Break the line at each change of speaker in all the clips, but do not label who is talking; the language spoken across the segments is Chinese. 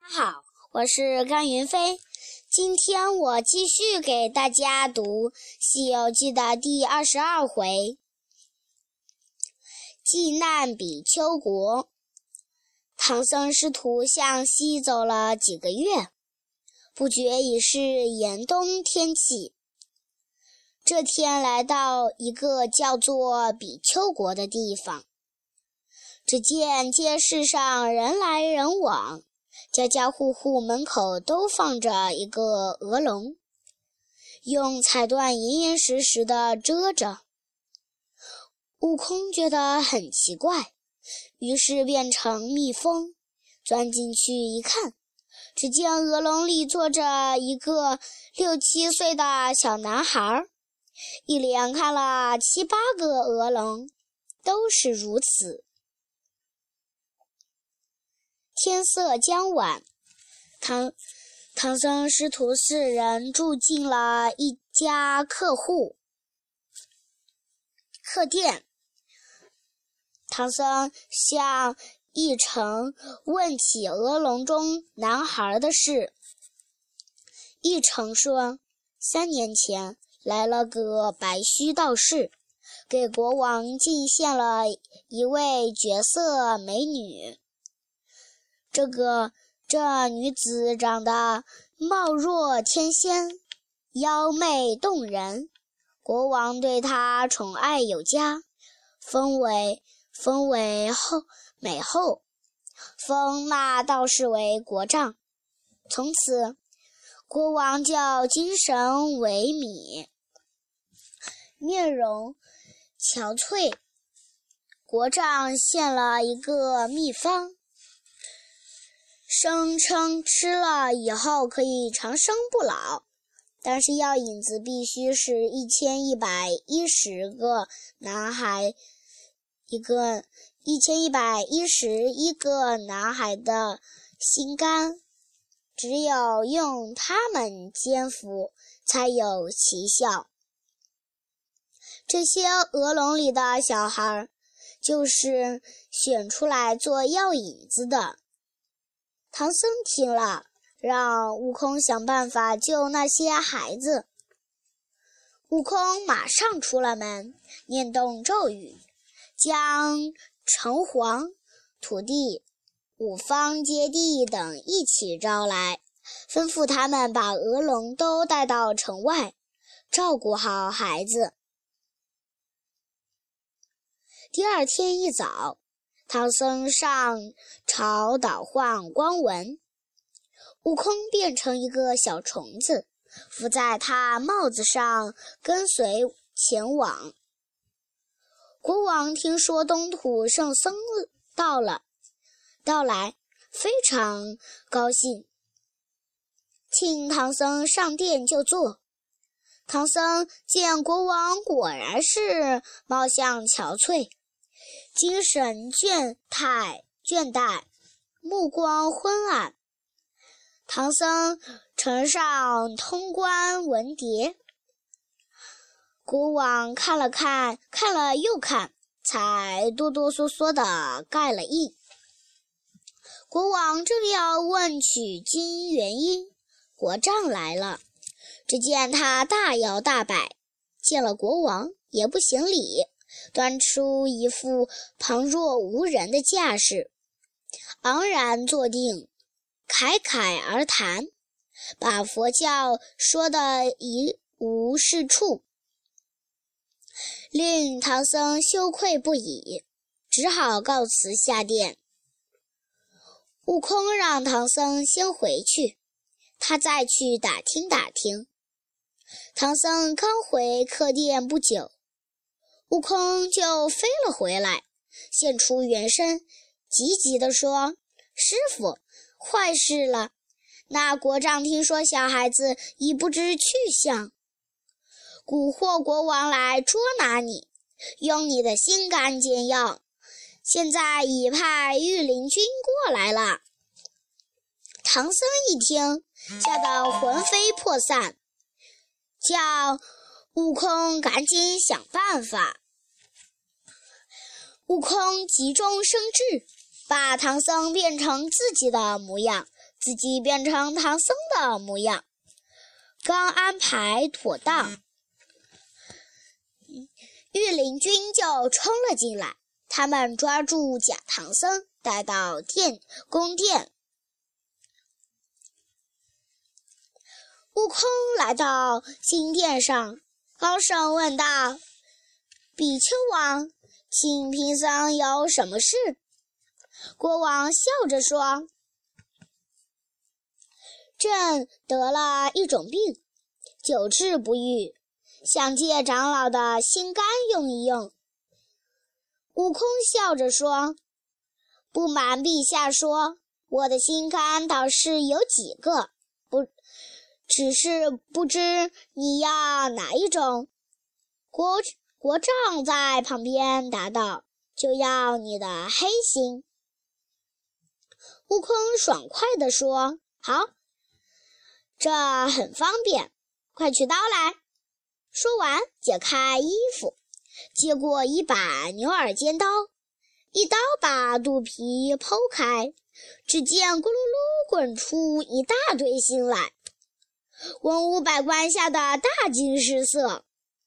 好，我是甘云飞。今天我继续给大家读《西游记》的第22回，济难比丘国。唐僧师徒向西走了几个月，不觉已是严冬天气。这天来到一个叫做比丘国的地方，只见街市上人来人往，家家户户门口都放着一个鹅笼，用彩缎严严实实地遮着。悟空觉得很奇怪，于是变成蜜蜂，钻进去一看，只见鹅笼里坐着一个6、7岁的小男孩，一连看了7、8个鹅笼，都是如此。天色将晚，唐僧师徒4人住进了一家客店。唐僧向一程问起鹅笼中男孩的事。一程说，3年前来了个白须道士，给国王进献了一位绝色美女。这女子长得貌若天仙，妖媚动人，国王对她宠爱有加，封为美后，封那道士为国丈。从此国王叫精神萎靡，面容憔悴。国丈献了一个秘方，声称吃了以后可以长生不老，但是药引子必须是1111个男孩1111个男孩的心肝，只有用它们煎服才有奇效。这些鹅笼里的小孩就是选出来做药引子的。唐僧听了，让悟空想办法救那些孩子。悟空马上出了门，念动咒语，将城隍、土地、五方揭谛等一起招来，吩咐他们把鹅笼都带到城外，照顾好孩子。第二天一早，唐僧上朝祷换光文，悟空变成一个小虫子，附在他帽子上，跟随前往。国王听说东土圣僧到来，非常高兴，请唐僧上殿就坐。唐僧见国王果然是貌相憔悴，精神倦怠，目光昏暗。唐僧呈上通关文牒，国王看了又看，才哆哆嗦嗦地盖了印。国王正要问取经原因，国丈来了，只见他大摇大摆，见了国王也不行礼，端出一副旁若无人的架势，昂然坐定，侃侃而谈，把佛教说得一无是处，令唐僧羞愧不已，只好告辞下殿。悟空让唐僧先回去，他再去打听打听。唐僧刚回客店不久，悟空就飞了回来，现出原身，急急地说：“师父，坏事了！那国丈听说小孩子已不知去向，蛊惑国王来捉拿你，用你的心肝煎药，现在已派御林军过来了。”唐僧一听，吓得魂飞魄散，叫悟空赶紧想办法。悟空急中生智，把唐僧变成自己的模样， 自己变成唐僧的模样。刚安排妥当，御林军就冲了进来，他们抓住假唐僧，带到宫殿。悟空来到金殿上，高声问道：“比丘王，请贫僧有什么事？”国王笑着说：“朕得了一种病，久治不愈，想借长老的心肝用一用。”悟空笑着说：“不瞒陛下说，我的心肝倒是有几个，只是不知你要哪一种。”国丈在旁边答道：“就要你的黑心。”悟空爽快地说：“好，这很方便，快取刀来。”说完，解开衣服，接过一把牛耳尖刀，一刀把肚皮剖开，只见咕噜噜滚出一大堆心来。文武百官吓得大惊失色。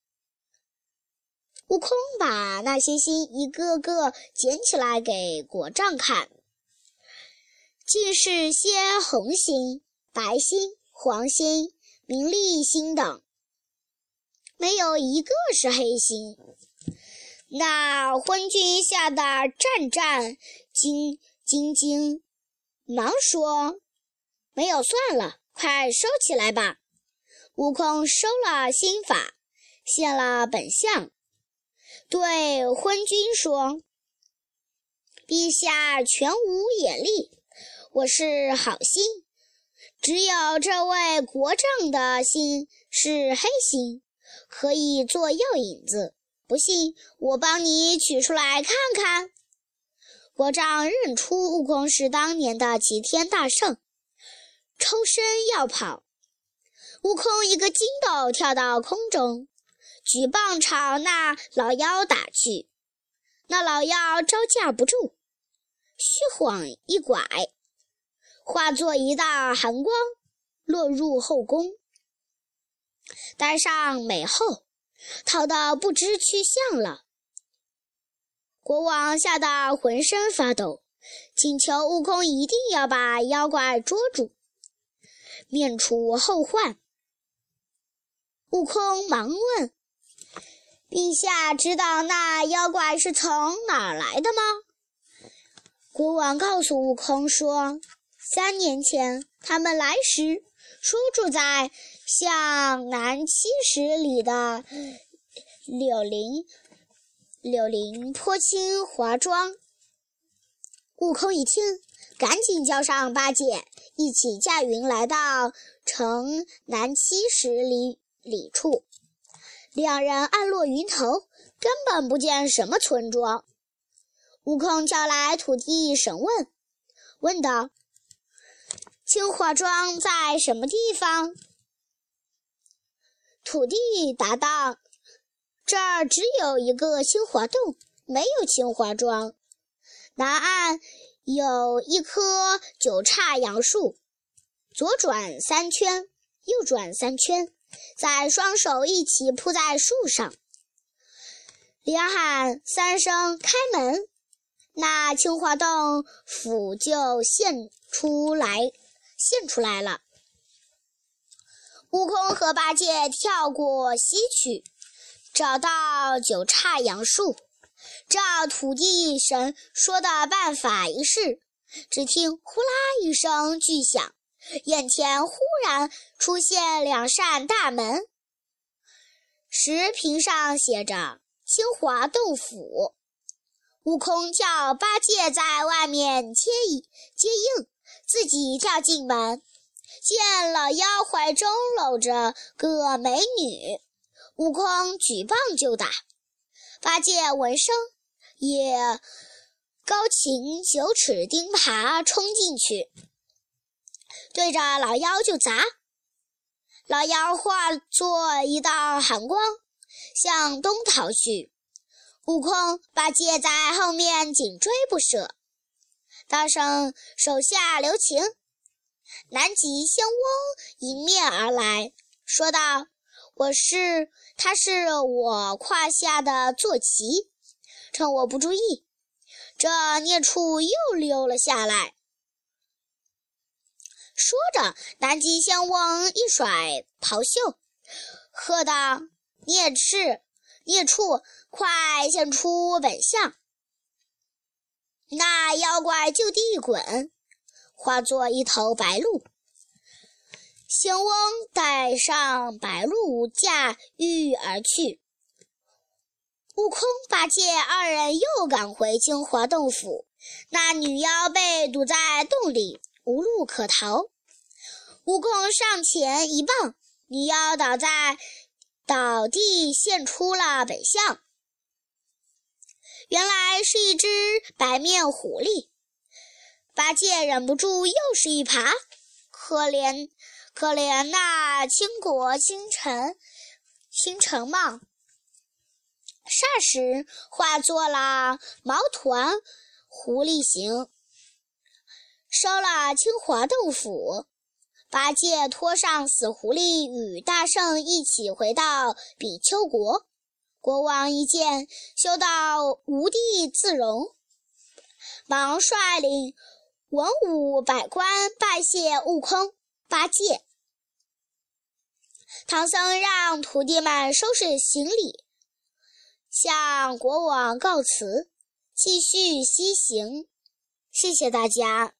悟空把那些心一个个捡起来给国丈看，尽是些红心、白心、黄心、明丽心等，没有一个是黑心。那昏君吓得战战兢兢，忙说：“没有算了，快收起来吧。”悟空收了心法，现了本相，对昏君说：“陛下全无眼力，我是好心，只有这位国丈的心是黑心，可以做药引子，不信我帮你取出来看看。”国丈认出悟空是当年的齐天大圣，抽身要跑。悟空一个筋斗跳到空中，举棒朝那老妖打去。那老妖招架不住，虚晃一拐，化作一道寒光，落入后宫。带上美后，逃得不知去向了。国王吓得浑身发抖，请求悟空一定要把妖怪捉住，免除后患。悟空忙问：“陛下知道那妖怪是从哪儿来的吗？”国王告诉悟空说：“3年前他们来时，说住在向南70里的柳林坡青华庄。”悟空一听，赶紧叫上八戒，一起驾云来到城南70里处。两人暗落云头，根本不见什么村庄。悟空叫来土地审问，问道：“青华庄在什么地方？”土地答道：“这儿只有一个青华洞，没有青华庄。南岸有一棵九叉杨树，左转3圈，右转3圈，再双手一起铺在树上，连喊3声开门，那青华洞府就现出来了。”悟空和八戒跳过溪去，找到九叉杨树，照土地神说的办法一试，只听呼啦一声巨响，眼前忽然出现2扇大门，石屏上写着青华洞府。悟空叫八戒在外面接应，自己跳进门，见老妖怀中搂着个美女，悟空举棒就打。八戒闻声也高擎9尺钉耙冲进去，对着老妖就砸。老妖化作一道寒光，向东逃去。悟空、八戒在后面紧追不舍。大圣手下留情， 南极仙翁迎面而来，说道：“他是我胯下的坐骑，趁我不注意，这孽畜又溜了下来。”说着，南极仙翁一甩袍袖，喝道：“孽畜，快现出本相！”那妖怪就地一滚，化作一头白鹿。仙翁带上白鹿驾驭而去。悟空、八戒二人又赶回金华洞府，那女妖被堵在洞里，无路可逃。悟空上前一棒，女妖倒地现出了本相，原来是一只白面狐狸。八戒忍不住又是一耙，可怜那倾国倾城梦，霎时化作了毛团狐狸形，收了金华洞府。八戒拖上死狐狸，与大圣一起回到比丘国。国王一见，羞到无地自容，忙率领文武百官拜谢悟空、八戒。唐僧让徒弟们收拾行李，向国王告辞，继续西行。谢谢大家。